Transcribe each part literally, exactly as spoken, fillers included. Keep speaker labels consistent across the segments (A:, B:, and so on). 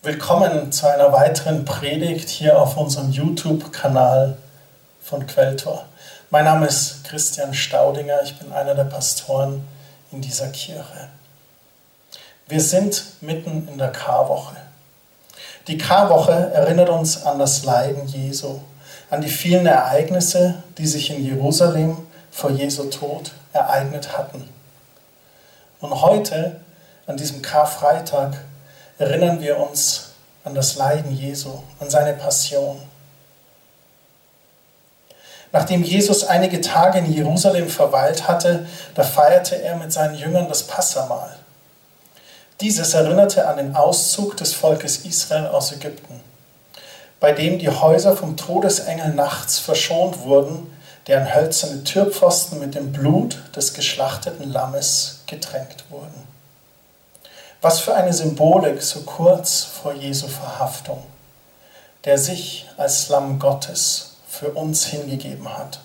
A: Willkommen zu einer weiteren Predigt hier auf unserem YouTube-Kanal von Quelltor. Mein Name ist Christian Staudinger, ich bin einer der Pastoren in dieser Kirche. Wir sind mitten in der Karwoche. Die Karwoche erinnert uns an das Leiden Jesu, an die vielen Ereignisse, die sich in Jerusalem vor Jesu Tod ereignet hatten. Und heute, an diesem Karfreitag, erinnern wir uns an das Leiden Jesu, an seine Passion. Nachdem Jesus einige Tage in Jerusalem verweilt hatte, da feierte er mit seinen Jüngern das Passahmahl. Dieses erinnerte an den Auszug des Volkes Israel aus Ägypten, bei dem die Häuser vom Todesengel nachts verschont wurden, deren hölzerne Türpfosten mit dem Blut des geschlachteten Lammes getränkt wurden. Was für eine Symbolik so kurz vor Jesu Verhaftung, der sich als Lamm Gottes für uns hingegeben hat.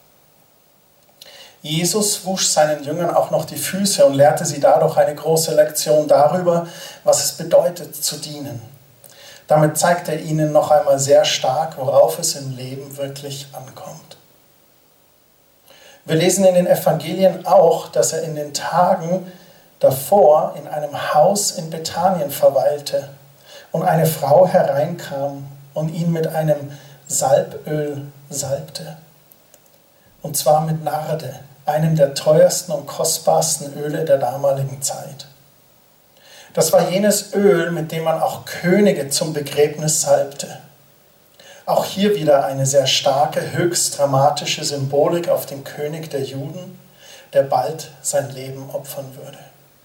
A: Jesus wusch seinen Jüngern auch noch die Füße und lehrte sie dadurch eine große Lektion darüber, was es bedeutet zu dienen. Damit zeigt er ihnen noch einmal sehr stark, worauf es im Leben wirklich ankommt. Wir lesen in den Evangelien auch, dass er in den Tagen davor in einem Haus in Bethanien verweilte und eine Frau hereinkam und ihn mit einem Salböl salbte. Und zwar mit Narde, einem der teuersten und kostbarsten Öle der damaligen Zeit. Das war jenes Öl, mit dem man auch Könige zum Begräbnis salbte. Auch hier wieder eine sehr starke, höchst dramatische Symbolik auf den König der Juden, der bald sein Leben opfern würde.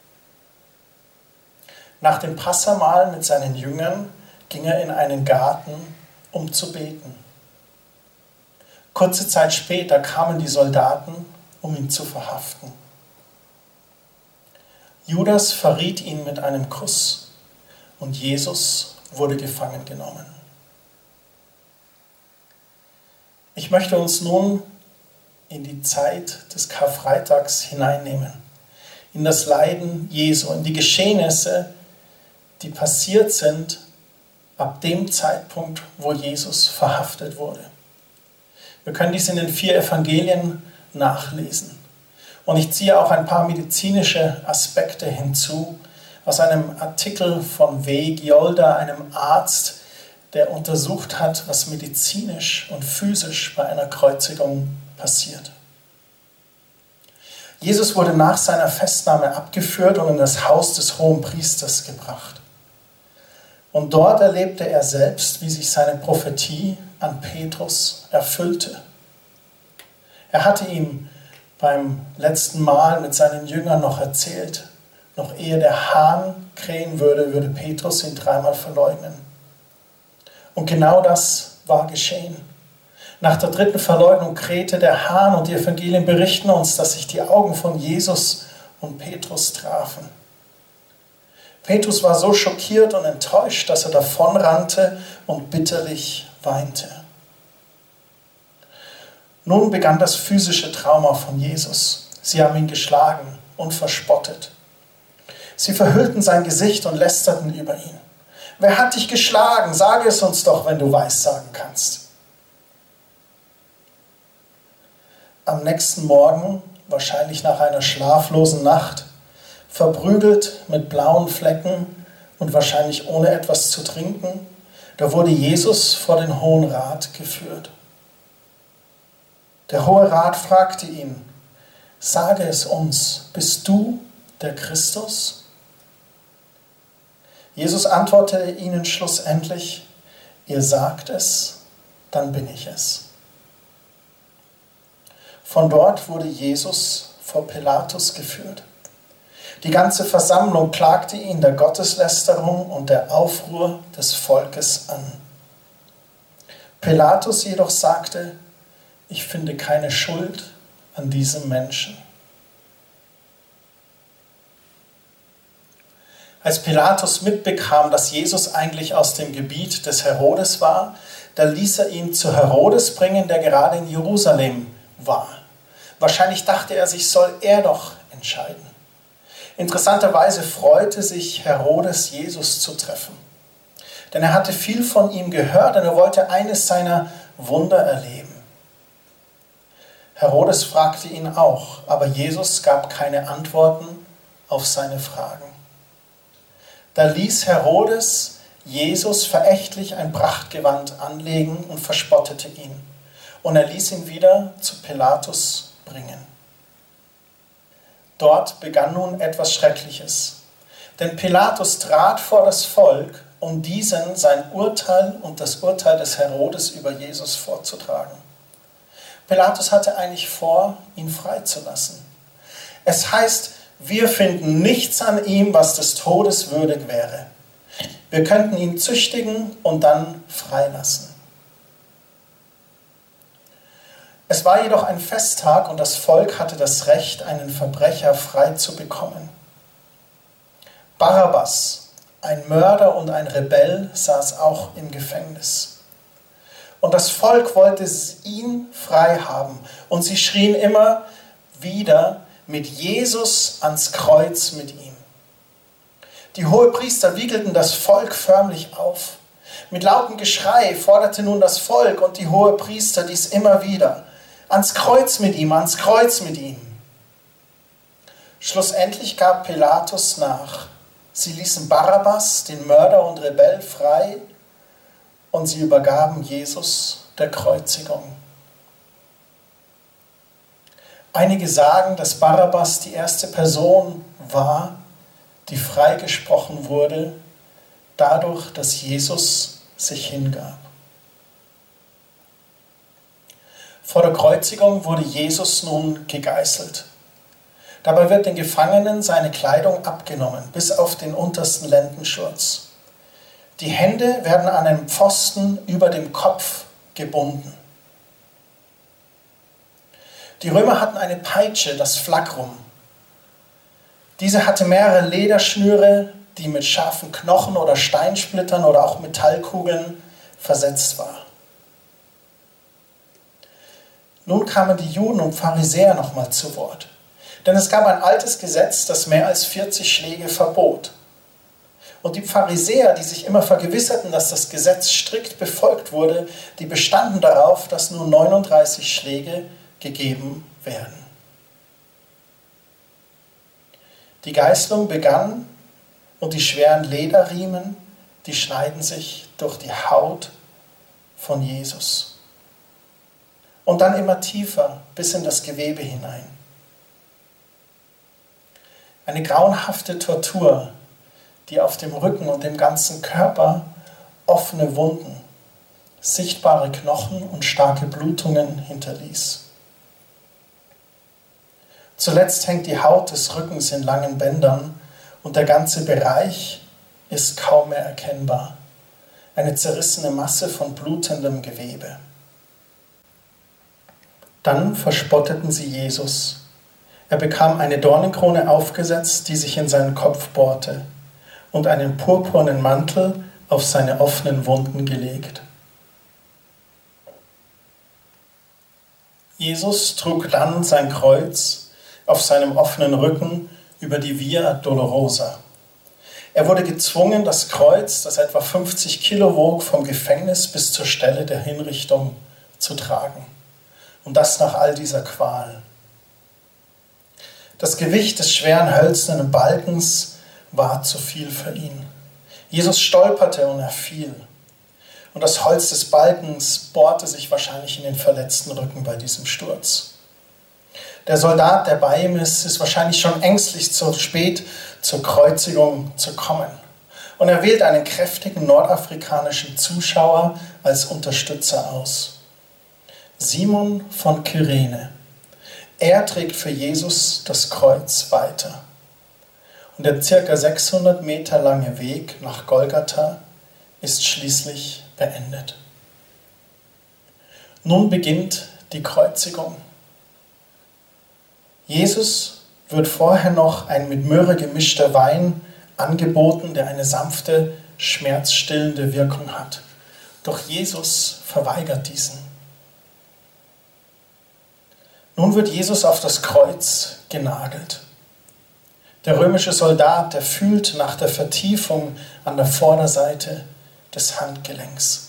A: Nach dem Passahmahl mit seinen Jüngern ging er in einen Garten, um zu beten. Kurze Zeit später kamen die Soldaten, um ihn zu verhaften. Judas verriet ihn mit einem Kuss und Jesus wurde gefangen genommen. Ich möchte uns nun in die Zeit des Karfreitags hineinnehmen, in das Leiden Jesu, in die Geschehnisse, die passiert sind ab dem Zeitpunkt, wo Jesus verhaftet wurde. Wir können dies in den vier Evangelien nachlesen. Und ich ziehe auch ein paar medizinische Aspekte hinzu aus einem Artikel von W. Giolda, einem Arzt, der untersucht hat, was medizinisch und physisch bei einer Kreuzigung passiert. Jesus wurde nach seiner Festnahme abgeführt und in das Haus des Hohenpriesters gebracht. Und dort erlebte er selbst, wie sich seine Prophetie an Petrus erfüllte. Er hatte ihm beim letzten Mal mit seinen Jüngern noch erzählt, noch ehe der Hahn krähen würde, würde Petrus ihn dreimal verleugnen. Und genau das war geschehen. Nach der dritten Verleugnung krähte der Hahn und die Evangelien berichten uns, dass sich die Augen von Jesus und Petrus trafen. Petrus war so schockiert und enttäuscht, dass er davonrannte und bitterlich weinte. Nun begann das physische Trauma von Jesus. Sie haben ihn geschlagen und verspottet. Sie verhüllten sein Gesicht und lästerten über ihn. Wer hat dich geschlagen? Sage es uns doch, wenn du weissagen kannst. Am nächsten Morgen, wahrscheinlich nach einer schlaflosen Nacht, verprügelt mit blauen Flecken und wahrscheinlich ohne etwas zu trinken, da wurde Jesus vor den Hohen Rat geführt. Der Hohe Rat fragte ihn, sage es uns, bist du der Christus? Jesus antwortete ihnen schlussendlich, ihr sagt es, dann bin ich es. Von dort wurde Jesus vor Pilatus geführt. Die ganze Versammlung klagte ihn der Gotteslästerung und der Aufruhr des Volkes an. Pilatus jedoch sagte, ich finde keine Schuld an diesem Menschen. Als Pilatus mitbekam, dass Jesus eigentlich aus dem Gebiet des Herodes war, da ließ er ihn zu Herodes bringen, der gerade in Jerusalem war. Wahrscheinlich dachte er sich, soll er doch entscheiden. Interessanterweise freute sich Herodes, Jesus zu treffen. Denn er hatte viel von ihm gehört und er wollte eines seiner Wunder erleben. Herodes fragte ihn auch, aber Jesus gab keine Antworten auf seine Fragen. Da ließ Herodes Jesus verächtlich ein Prachtgewand anlegen und verspottete ihn. Und er ließ ihn wieder zu Pilatus bringen. Dort begann nun etwas Schreckliches. Denn Pilatus trat vor das Volk, um diesen sein Urteil und das Urteil des Herodes über Jesus vorzutragen. Pilatus hatte eigentlich vor, ihn freizulassen. Es heißt, wir finden nichts an ihm, was des Todes würdig wäre. Wir könnten ihn züchtigen und dann freilassen. Es war jedoch ein Festtag und das Volk hatte das Recht, einen Verbrecher frei zu bekommen. Barabbas, ein Mörder und ein Rebell, saß auch im Gefängnis. Und das Volk wollte ihn frei haben. Und sie schrien immer wieder mit Jesus ans Kreuz mit ihm. Die Hohepriester wiegelten das Volk förmlich auf. Mit lautem Geschrei forderte nun das Volk und die Hohepriester dies immer wieder. Ans Kreuz mit ihm, ans Kreuz mit ihm. Schlussendlich gab Pilatus nach. Sie ließen Barabbas, den Mörder und Rebell, frei und sie übergaben Jesus der Kreuzigung. Einige sagen, dass Barabbas die erste Person war, die freigesprochen wurde, dadurch, dass Jesus sich hingab. Vor der Kreuzigung wurde Jesus nun gegeißelt. Dabei wird den Gefangenen seine Kleidung abgenommen, bis auf den untersten Lendenschurz. Die Hände werden an einem Pfosten über dem Kopf gebunden. Die Römer hatten eine Peitsche, das Flagrum. Diese hatte mehrere Lederschnüre, die mit scharfen Knochen oder Steinsplittern oder auch Metallkugeln versetzt war. Nun kamen die Juden und Pharisäer nochmal zu Wort. Denn es gab ein altes Gesetz, das mehr als vierzig Schläge verbot. Und die Pharisäer, die sich immer vergewisserten, dass das Gesetz strikt befolgt wurde, die bestanden darauf, dass nur neununddreißig Schläge gegeben werden. Die Geißelung begann und die schweren Lederriemen, die schneiden sich durch die Haut von Jesus. Und dann immer tiefer bis in das Gewebe hinein. Eine grauenhafte Tortur, die auf dem Rücken und dem ganzen Körper offene Wunden, sichtbare Knochen und starke Blutungen hinterließ. Zuletzt hängt die Haut des Rückens in langen Bändern und der ganze Bereich ist kaum mehr erkennbar. Eine zerrissene Masse von blutendem Gewebe. Dann verspotteten sie Jesus. Er bekam eine Dornenkrone aufgesetzt, die sich in seinen Kopf bohrte, und einen purpurnen Mantel auf seine offenen Wunden gelegt. Jesus trug dann sein Kreuz auf seinem offenen Rücken über die Via Dolorosa. Er wurde gezwungen, das Kreuz, das etwa fünfzig Kilo wog, vom Gefängnis bis zur Stelle der Hinrichtung zu tragen. Und das nach all dieser Qual. Das Gewicht des schweren hölzernen Balkens war zu viel für ihn. Jesus stolperte und er fiel. Und das Holz des Balkens bohrte sich wahrscheinlich in den verletzten Rücken bei diesem Sturz. Der Soldat, der bei ihm ist, ist wahrscheinlich schon ängstlich, zu spät zur Kreuzigung zu kommen. Und er wählt einen kräftigen nordafrikanischen Zuschauer als Unterstützer aus. Simon von Kyrene. Er trägt für Jesus das Kreuz weiter. Und der ca. sechshundert Meter lange Weg nach Golgatha ist schließlich beendet. Nun beginnt die Kreuzigung. Jesus wird vorher noch ein mit Myrrhe gemischter Wein angeboten, der eine sanfte, schmerzstillende Wirkung hat. Doch Jesus verweigert diesen. Nun wird Jesus auf das Kreuz genagelt. Der römische Soldat, der fühlt nach der Vertiefung an der Vorderseite des Handgelenks.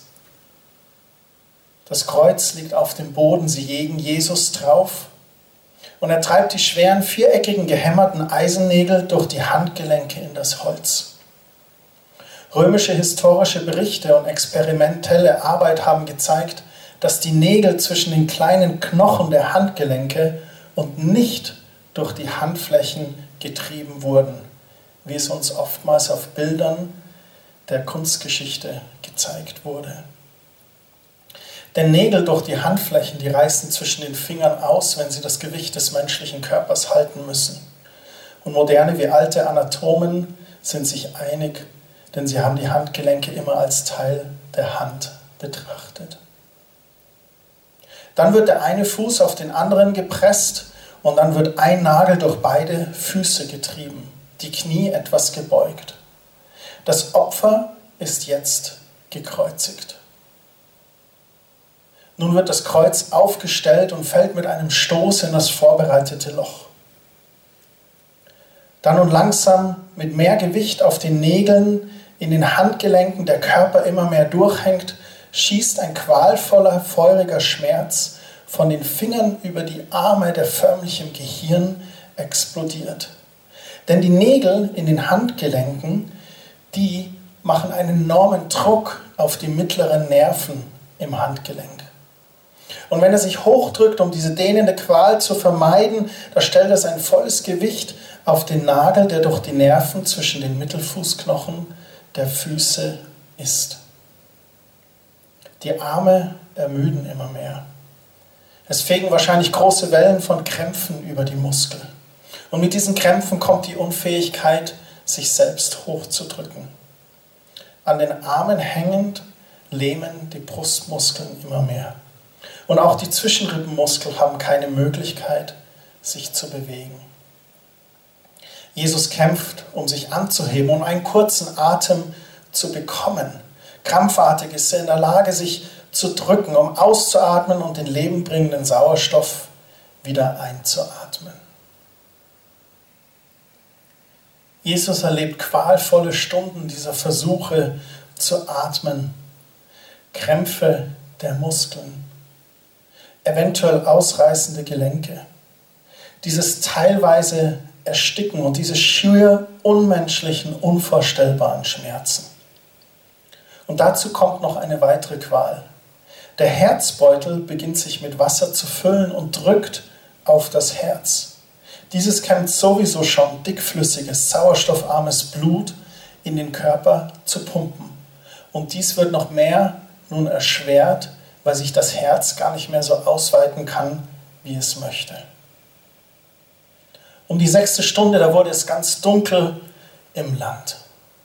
A: Das Kreuz liegt auf dem Boden, sie legen Jesus drauf und er treibt die schweren, viereckigen, gehämmerten Eisennägel durch die Handgelenke in das Holz. Römische historische Berichte und experimentelle Arbeit haben gezeigt, dass die Nägel zwischen den kleinen Knochen der Handgelenke und nicht durch die Handflächen getrieben wurden, wie es uns oftmals auf Bildern der Kunstgeschichte gezeigt wurde. Denn Nägel durch die Handflächen, die reißen zwischen den Fingern aus, wenn sie das Gewicht des menschlichen Körpers halten müssen. Und moderne wie alte Anatomen sind sich einig, denn sie haben die Handgelenke immer als Teil der Hand betrachtet. Dann wird der eine Fuß auf den anderen gepresst und dann wird ein Nagel durch beide Füße getrieben, die Knie etwas gebeugt. Das Opfer ist jetzt gekreuzigt. Nun wird das Kreuz aufgestellt und fällt mit einem Stoß in das vorbereitete Loch. Dann und langsam mit mehr Gewicht auf den Nägeln, in den Handgelenken der Körper immer mehr durchhängt, schießt ein qualvoller, feuriger Schmerz von den Fingern über die Arme, der förmlich im Gehirn explodiert. Denn die Nägel in den Handgelenken, die machen einen enormen Druck auf die mittleren Nerven im Handgelenk. Und wenn er sich hochdrückt, um diese dehnende Qual zu vermeiden, da stellt er sein volles Gewicht auf den Nagel, der durch die Nerven zwischen den Mittelfußknochen der Füße ist. Die Arme ermüden immer mehr. Es fegen wahrscheinlich große Wellen von Krämpfen über die Muskeln. Und mit diesen Krämpfen kommt die Unfähigkeit, sich selbst hochzudrücken. An den Armen hängend lähmen die Brustmuskeln immer mehr. Und auch die Zwischenrippenmuskeln haben keine Möglichkeit, sich zu bewegen. Jesus kämpft, um sich anzuheben, um einen kurzen Atem zu bekommen. Krampfartig ist er in der Lage, sich zu drücken, um auszuatmen und den lebenbringenden Sauerstoff wieder einzuatmen. Jesus erlebt qualvolle Stunden dieser Versuche zu atmen, Krämpfe der Muskeln, eventuell ausreißende Gelenke, dieses teilweise Ersticken und diese schier unmenschlichen, unvorstellbaren Schmerzen. Und dazu kommt noch eine weitere Qual. Der Herzbeutel beginnt sich mit Wasser zu füllen und drückt auf das Herz. Dieses kennt sowieso schon dickflüssiges, sauerstoffarmes Blut in den Körper zu pumpen. Und dies wird noch mehr nun erschwert, weil sich das Herz gar nicht mehr so ausweiten kann, wie es möchte. Um die sechste Stunde, da wurde es ganz dunkel im Land.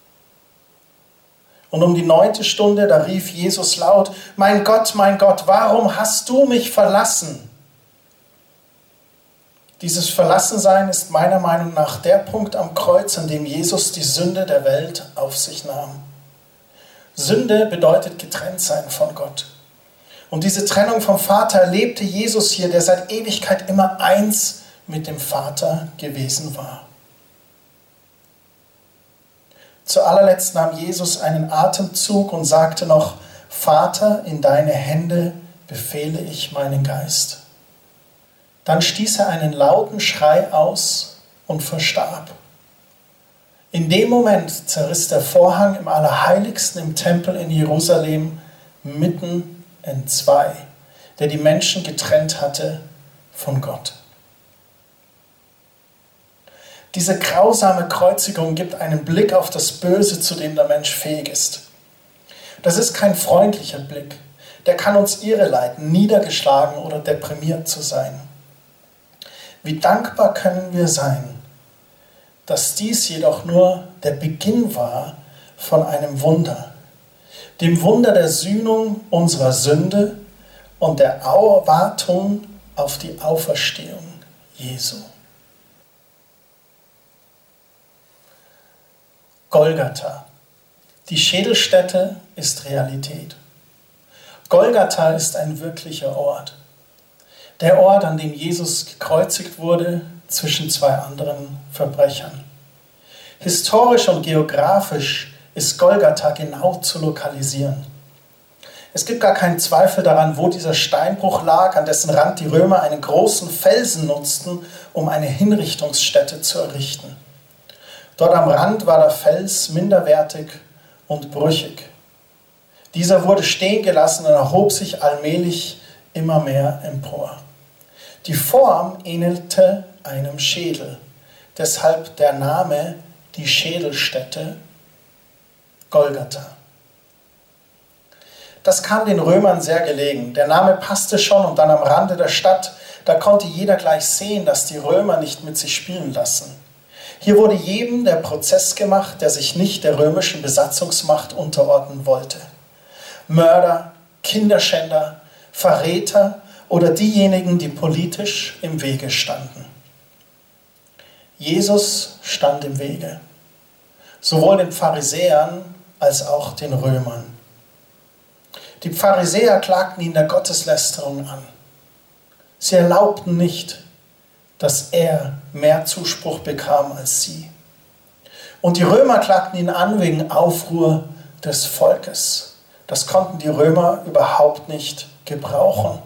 A: Und um die neunte Stunde, da rief Jesus laut: Mein Gott, mein Gott, warum hast du mich verlassen? Dieses Verlassensein ist meiner Meinung nach der Punkt am Kreuz, an dem Jesus die Sünde der Welt auf sich nahm. Sünde bedeutet getrennt sein von Gott. Und diese Trennung vom Vater erlebte Jesus hier, der seit Ewigkeit immer eins mit dem Vater gewesen war. Zu allerletzt nahm Jesus einen Atemzug und sagte noch: Vater, in deine Hände befehle ich meinen Geist. Dann stieß er einen lauten Schrei aus und verstarb. In dem Moment zerriss der Vorhang im Allerheiligsten im Tempel in Jerusalem mitten in zwei, der die Menschen getrennt hatte von Gott. Diese grausame Kreuzigung gibt einen Blick auf das Böse, zu dem der Mensch fähig ist. Das ist kein freundlicher Blick. Der kann uns irreleiten, niedergeschlagen oder deprimiert zu sein. Wie dankbar können wir sein, dass dies jedoch nur der Beginn war von einem Wunder. Dem Wunder der Sühnung unserer Sünde und der Erwartung auf die Auferstehung Jesu. Golgatha. Die Schädelstätte ist Realität. Golgatha ist ein wirklicher Ort. Der Ort, an dem Jesus gekreuzigt wurde zwischen zwei anderen Verbrechern. Historisch und geografisch ist Golgatha genau zu lokalisieren. Es gibt gar keinen Zweifel daran, wo dieser Steinbruch lag, an dessen Rand die Römer einen großen Felsen nutzten, um eine Hinrichtungsstätte zu errichten. Dort am Rand war der Fels minderwertig und brüchig. Dieser wurde stehen gelassen und erhob sich allmählich immer mehr empor. Die Form ähnelte einem Schädel, deshalb der Name, die Schädelstätte, Golgatha. Das kam den Römern sehr gelegen. Der Name passte schon und dann am Rande der Stadt, da konnte jeder gleich sehen, dass die Römer nicht mit sich spielen lassen. Hier wurde jedem der Prozess gemacht, der sich nicht der römischen Besatzungsmacht unterordnen wollte. Mörder, Kinderschänder, Verräter oder diejenigen, die politisch im Wege standen. Jesus stand im Wege, sowohl den Pharisäern als auch den Römern. Die Pharisäer klagten ihn der Gotteslästerung an. Sie erlaubten nicht, dass er mehr Zuspruch bekam als sie. Und die Römer klagten ihn an wegen Aufruhr des Volkes. Das konnten die Römer überhaupt nicht gebrauchen.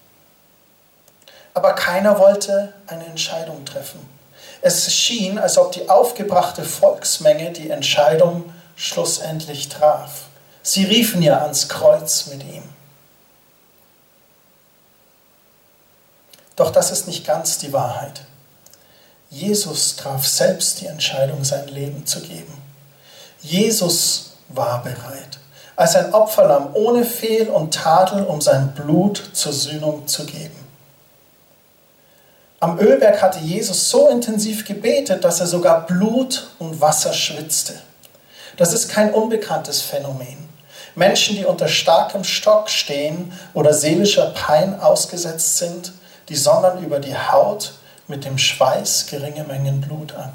A: Aber keiner wollte eine Entscheidung treffen. Es schien, als ob die aufgebrachte Volksmenge die Entscheidung schlussendlich traf. Sie riefen ja ans Kreuz mit ihm. Doch das ist nicht ganz die Wahrheit. Jesus traf selbst die Entscheidung, sein Leben zu geben. Jesus war bereit, als ein Opferlamm ohne Fehl und Tadel, um sein Blut zur Sühnung zu geben. Am Ölberg hatte Jesus so intensiv gebetet, dass er sogar Blut und Wasser schwitzte. Das ist kein unbekanntes Phänomen. Menschen, die unter starkem Stock stehen oder seelischer Pein ausgesetzt sind, die sondern über die Haut mit dem Schweiß geringe Mengen Blut ab.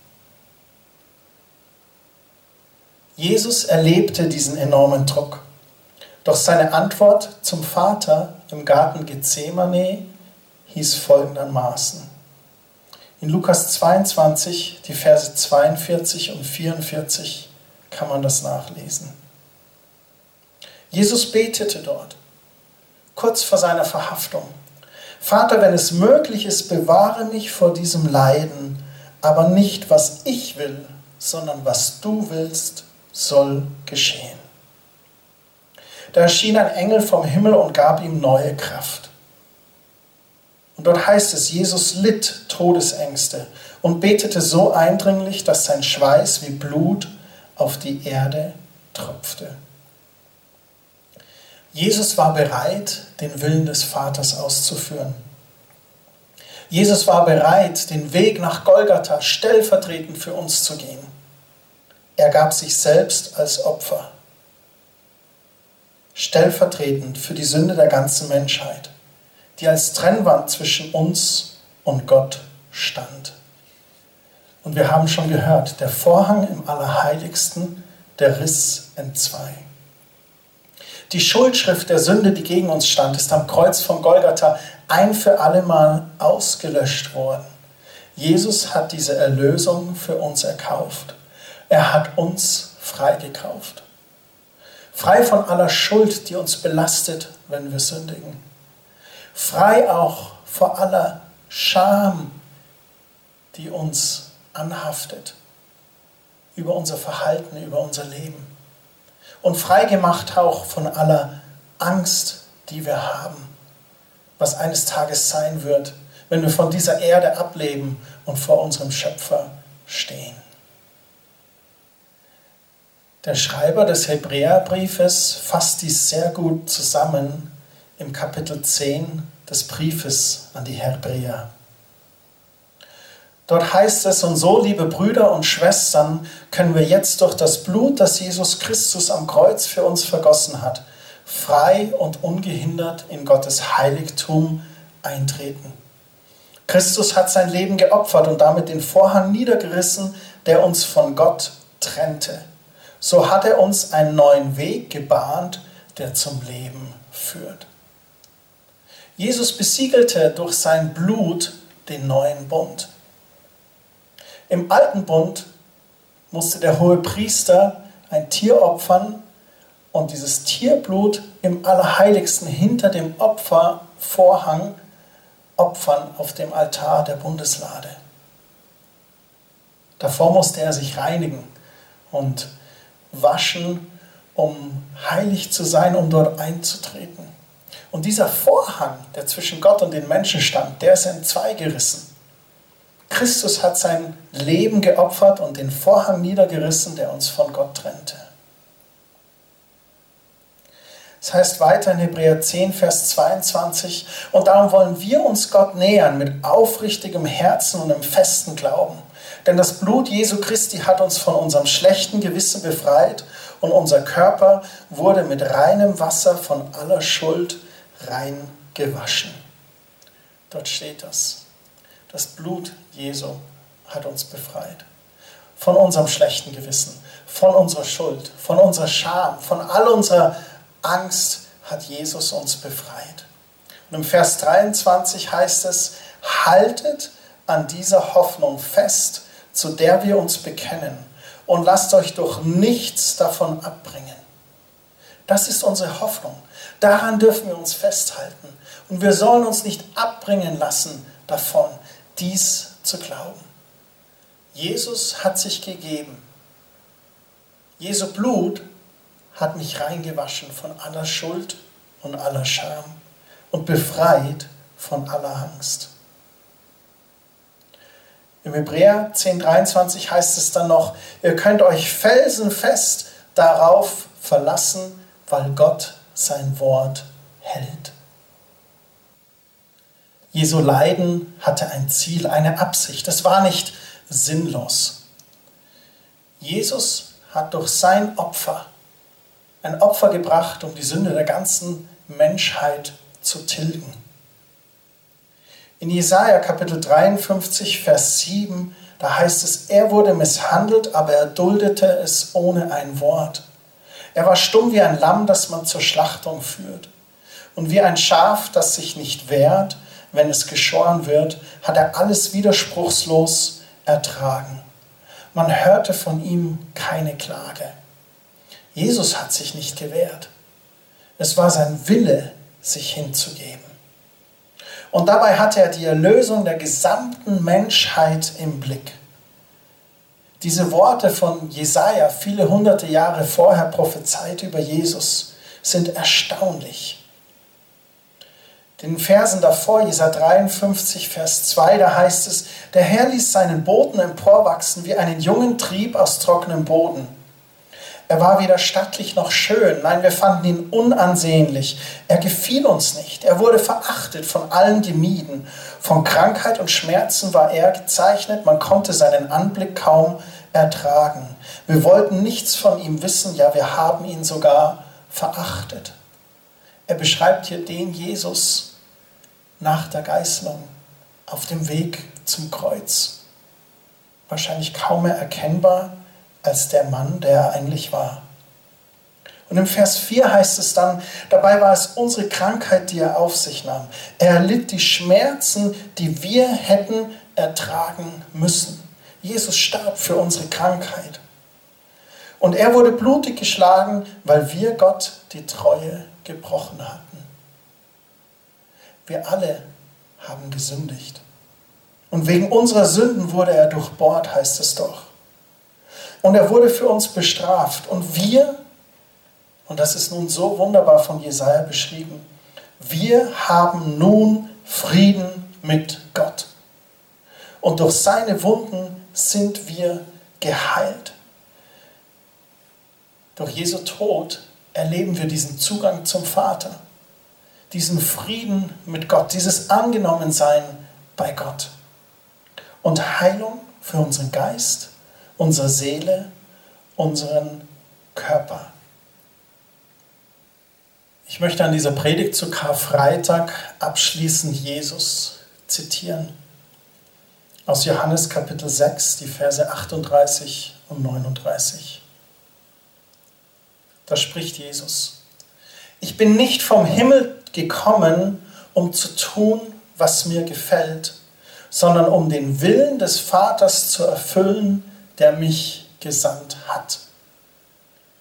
A: Jesus erlebte diesen enormen Druck. Doch seine Antwort zum Vater im Garten Gethsemane hieß folgendermaßen. In Lukas zweiundzwanzig, die Verse zweiundvierzig und vierundvierzig, kann man das nachlesen. Jesus betete dort, kurz vor seiner Verhaftung. Vater, wenn es möglich ist, bewahre mich vor diesem Leiden, aber nicht, was ich will, sondern was du willst, soll geschehen. Da erschien ein Engel vom Himmel und gab ihm neue Kraft. Und dort heißt es, Jesus litt Todesängste und betete so eindringlich, dass sein Schweiß wie Blut auf die Erde tropfte. Jesus war bereit, den Willen des Vaters auszuführen. Jesus war bereit, den Weg nach Golgatha stellvertretend für uns zu gehen. Er gab sich selbst als Opfer, stellvertretend für die Sünde der ganzen Menschheit, die als Trennwand zwischen uns und Gott stand. Und wir haben schon gehört, der Vorhang im Allerheiligsten, der riss entzwei. Die Schuldschrift der Sünde, die gegen uns stand, ist am Kreuz von Golgatha ein für allemal ausgelöscht worden. Jesus hat diese Erlösung für uns erkauft. Er hat uns freigekauft. Frei von aller Schuld, die uns belastet, wenn wir sündigen. Frei auch vor aller Scham, die uns anhaftet. Über unser Verhalten, über unser Leben. Und freigemacht auch von aller Angst, die wir haben, was eines Tages sein wird, wenn wir von dieser Erde ableben und vor unserem Schöpfer stehen. Der Schreiber des Hebräerbriefes fasst dies sehr gut zusammen im Kapitel zehn des Briefes an die Hebräer. Dort heißt es, und so, liebe Brüder und Schwestern, können wir jetzt durch das Blut, das Jesus Christus am Kreuz für uns vergossen hat, frei und ungehindert in Gottes Heiligtum eintreten. Christus hat sein Leben geopfert und damit den Vorhang niedergerissen, der uns von Gott trennte. So hat er uns einen neuen Weg gebahnt, der zum Leben führt. Jesus besiegelte durch sein Blut den neuen Bund. Im alten Bund musste der Hohepriester ein Tier opfern und dieses Tierblut im Allerheiligsten hinter dem Opfervorhang opfern auf dem Altar der Bundeslade. Davor musste er sich reinigen und waschen, um heilig zu sein, um dort einzutreten. Und dieser Vorhang, der zwischen Gott und den Menschen stand, der ist in zwei gerissen. Christus hat sein Leben geopfert und den Vorhang niedergerissen, der uns von Gott trennte. Das heißt weiter in Hebräer zehn, Vers zweiundzwanzig, und darum wollen wir uns Gott nähern mit aufrichtigem Herzen und im festen Glauben. Denn das Blut Jesu Christi hat uns von unserem schlechten Gewissen befreit und unser Körper wurde mit reinem Wasser von aller Schuld rein gewaschen. Dort steht das. Das Blut Jesu hat uns befreit. Von unserem schlechten Gewissen, von unserer Schuld, von unserer Scham, von all unserer Angst hat Jesus uns befreit. Und im Vers dreiundzwanzig heißt es, haltet an dieser Hoffnung fest, zu der wir uns bekennen, und lasst euch durch nichts davon abbringen. Das ist unsere Hoffnung. Daran dürfen wir uns festhalten. Und wir sollen uns nicht abbringen lassen davon, dies zu glauben. Jesus hat sich gegeben. Jesu Blut hat mich reingewaschen von aller Schuld und aller Scham und befreit von aller Angst. Im Hebräer zehn dreiundzwanzig heißt es dann noch, ihr könnt euch felsenfest darauf verlassen, weil Gott sein Wort hält. Jesu Leiden hatte ein Ziel, eine Absicht. Es war nicht sinnlos. Jesus hat durch sein Opfer ein Opfer gebracht, um die Sünde der ganzen Menschheit zu tilgen. In Jesaja Kapitel dreiundfünfzig, Vers sieben, da heißt es, er wurde misshandelt, aber er duldete es ohne ein Wort. Er war stumm wie ein Lamm, das man zur Schlachtung führt. Und wie ein Schaf, das sich nicht wehrt, wenn es geschoren wird, hat er alles widerspruchslos ertragen. Man hörte von ihm keine Klage. Jesus hat sich nicht gewehrt. Es war sein Wille, sich hinzugeben. Und dabei hatte er die Erlösung der gesamten Menschheit im Blick. Diese Worte von Jesaja, viele hunderte Jahre vorher prophezeit über Jesus, sind erstaunlich. Den Versen davor, Jesaja dreiundfünfzig, Vers zwei, da heißt es, der Herr ließ seinen Boden emporwachsen wie einen jungen Trieb aus trockenem Boden. Er war weder stattlich noch schön. Nein, wir fanden ihn unansehnlich. Er gefiel uns nicht. Er wurde verachtet, von allen gemieden. Von Krankheit und Schmerzen war er gezeichnet. Man konnte seinen Anblick kaum ertragen. Wir wollten nichts von ihm wissen. Ja, wir haben ihn sogar verachtet. Er beschreibt hier den Jesus nach der Geißelung auf dem Weg zum Kreuz. Wahrscheinlich kaum mehr erkennbar als der Mann, der er eigentlich war. Und im Vers vier heißt es dann, dabei war es unsere Krankheit, die er auf sich nahm. Er erlitt die Schmerzen, die wir hätten ertragen müssen. Jesus starb für unsere Krankheit. Und er wurde blutig geschlagen, weil wir Gott die Treue gebrochen hatten. Wir alle haben gesündigt. Und wegen unserer Sünden wurde er durchbohrt, heißt es doch. Und er wurde für uns bestraft. Und wir, und das ist nun so wunderbar von Jesaja beschrieben, wir haben nun Frieden mit Gott. Und durch seine Wunden sind wir geheilt. Durch Jesu Tod erleben wir diesen Zugang zum Vater, diesen Frieden mit Gott, dieses Angenommensein bei Gott. Und Heilung für unseren Geist, unsere Seele, unseren Körper. Ich möchte an dieser Predigt zu Karfreitag abschließend Jesus zitieren. Aus Johannes Kapitel sechs, die Verse achtunddreißig und neununddreißig. Da spricht Jesus: Ich bin nicht vom Himmel gekommen, um zu tun, was mir gefällt, sondern um den Willen des Vaters zu erfüllen, der mich gesandt hat.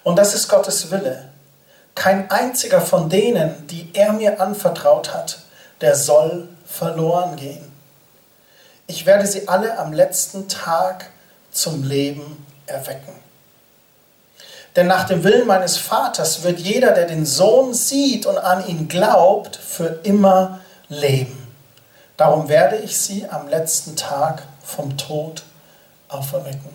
A: Und das ist Gottes Wille. Kein einziger von denen, die er mir anvertraut hat, der soll verloren gehen. Ich werde sie alle am letzten Tag zum Leben erwecken. Denn nach dem Willen meines Vaters wird jeder, der den Sohn sieht und an ihn glaubt, für immer leben. Darum werde ich sie am letzten Tag vom Tod auferwecken.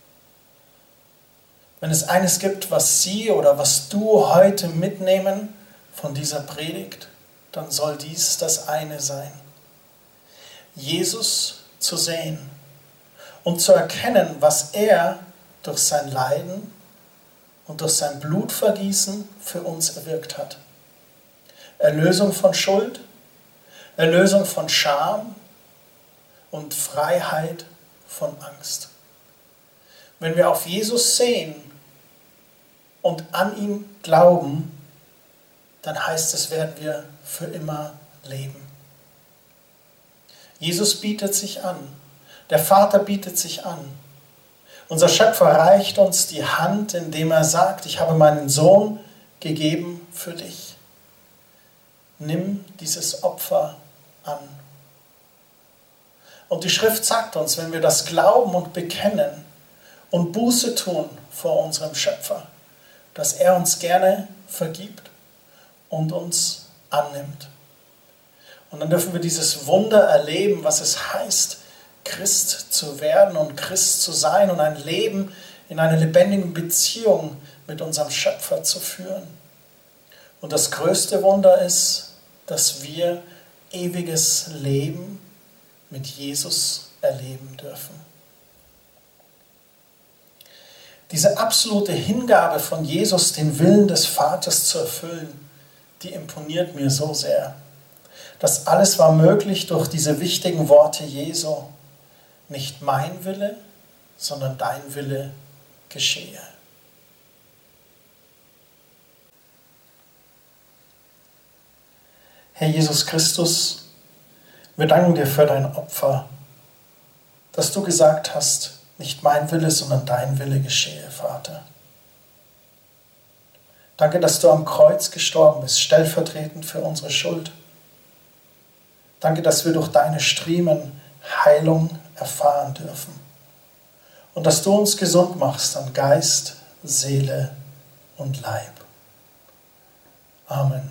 A: Wenn es eines gibt, was Sie oder was du heute mitnehmen von dieser Predigt, dann soll dies das eine sein. Jesus zu sehen und zu erkennen, was er durch sein Leiden und durch sein Blutvergießen für uns erwirkt hat. Erlösung von Schuld, Erlösung von Scham und Freiheit von Angst. Wenn wir auf Jesus sehen und an ihn glauben, dann heißt es, werden wir für immer leben. Jesus bietet sich an. Der Vater bietet sich an. Unser Schöpfer reicht uns die Hand, indem er sagt, ich habe meinen Sohn gegeben für dich. Nimm dieses Opfer an. Und die Schrift sagt uns, wenn wir das glauben und bekennen und Buße tun vor unserem Schöpfer, dass er uns gerne vergibt und uns annimmt. Und dann dürfen wir dieses Wunder erleben, was es heißt, Christ zu werden und Christ zu sein und ein Leben in einer lebendigen Beziehung mit unserem Schöpfer zu führen. Und das größte Wunder ist, dass wir ewiges Leben mit Jesus erleben dürfen. Diese absolute Hingabe von Jesus, den Willen des Vaters zu erfüllen, die imponiert mir so sehr. Das alles war möglich durch diese wichtigen Worte Jesu. Nicht mein Wille, sondern dein Wille geschehe. Herr Jesus Christus, wir danken dir für dein Opfer, dass du gesagt hast, nicht mein Wille, sondern dein Wille geschehe, Vater. Danke, dass du am Kreuz gestorben bist, stellvertretend für unsere Schuld. Danke, dass wir durch deine Striemen Heilung erfahren dürfen. Und dass du uns gesund machst an Geist, Seele und Leib. Amen.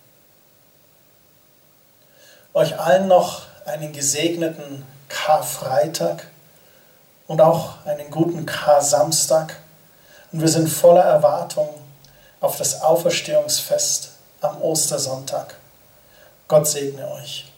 A: Euch allen noch einen gesegneten Karfreitag und auch einen guten Kar-Samstag. Und wir sind voller Erwartung auf das Auferstehungsfest am Ostersonntag. Gott segne euch.